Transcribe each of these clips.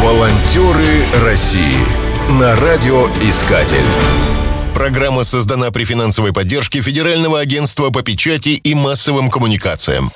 Волонтеры России на радиоискатель. Программа создана при финансовой поддержке Федерального агентства по печати и массовым коммуникациям.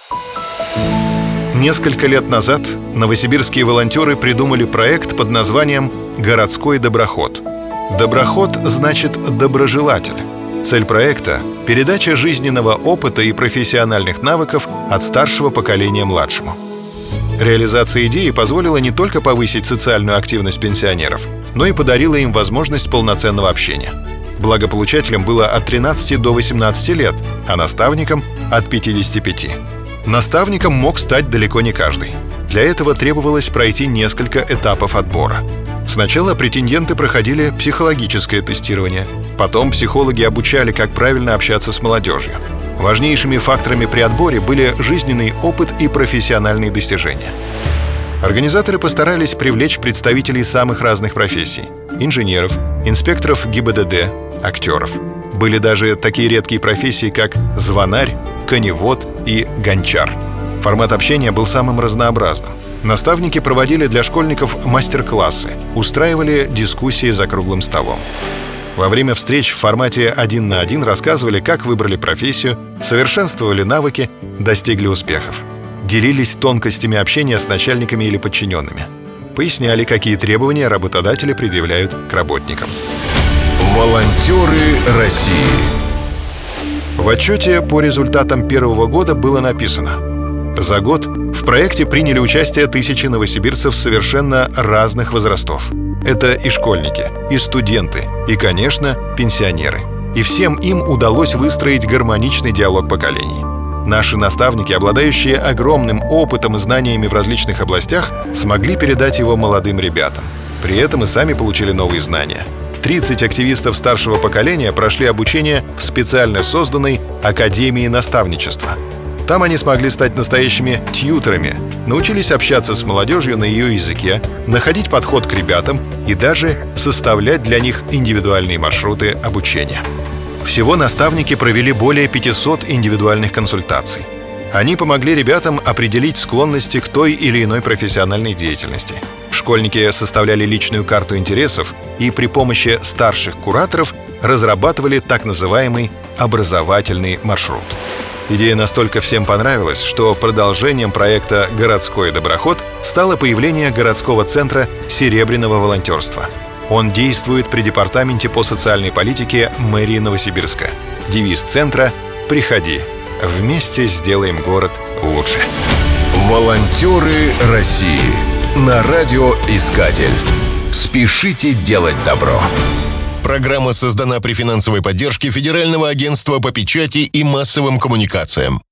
Несколько лет назад новосибирские волонтеры придумали проект под названием «Городской доброход». Доброход значит «доброжелатель». Цель проекта – передача жизненного опыта и профессиональных навыков от старшего поколения младшему. Реализация идеи позволила не только повысить социальную активность пенсионеров, но и подарила им возможность полноценного общения. Благополучателям было от 13 до 18 лет, а наставникам – от 55. Наставником мог стать далеко не каждый. Для этого требовалось пройти несколько этапов отбора. Сначала претенденты проходили психологическое тестирование. Потом психологи обучали, как правильно общаться с молодежью. Важнейшими факторами при отборе были жизненный опыт и профессиональные достижения. Организаторы постарались привлечь представителей самых разных профессий – инженеров, инспекторов ГИБДД, актеров. Были даже такие редкие профессии, как звонарь, коневод и гончар. Формат общения был самым разнообразным. Наставники проводили для школьников мастер-классы, устраивали дискуссии за круглым столом. Во время встреч в формате 1 на 1 рассказывали, как выбрали профессию, совершенствовали навыки, достигли успехов. Делились тонкостями общения с начальниками или подчиненными. Поясняли, какие требования работодатели предъявляют к работникам. Волонтеры России. В отчете по результатам первого года было написано: за год в проекте приняли участие тысячи новосибирцев совершенно разных возрастов. Это и школьники, и студенты, и, конечно, пенсионеры. И всем им удалось выстроить гармоничный диалог поколений. Наши наставники, обладающие огромным опытом и знаниями в различных областях, смогли передать его молодым ребятам. При этом и сами получили новые знания. 30 активистов старшего поколения прошли обучение в специально созданной Академии наставничества. Там они смогли стать настоящими тьюторами, научились общаться с молодежью на ее языке, находить подход к ребятам и даже составлять для них индивидуальные маршруты обучения. Всего наставники провели более 500 индивидуальных консультаций. Они помогли ребятам определить склонности к той или иной профессиональной деятельности. Школьники составляли личную карту интересов и при помощи старших кураторов разрабатывали так называемый образовательный маршрут. Идея настолько всем понравилась, что продолжением проекта «Городской доброход» стало появление городского центра серебряного волонтерства. Он действует при Департаменте по социальной политике мэрии Новосибирска. Девиз центра «Приходи. Вместе сделаем город лучше». Волонтеры России на радиоискатель. Спешите делать добро. Программа создана при финансовой поддержке Федерального агентства по печати и массовым коммуникациям.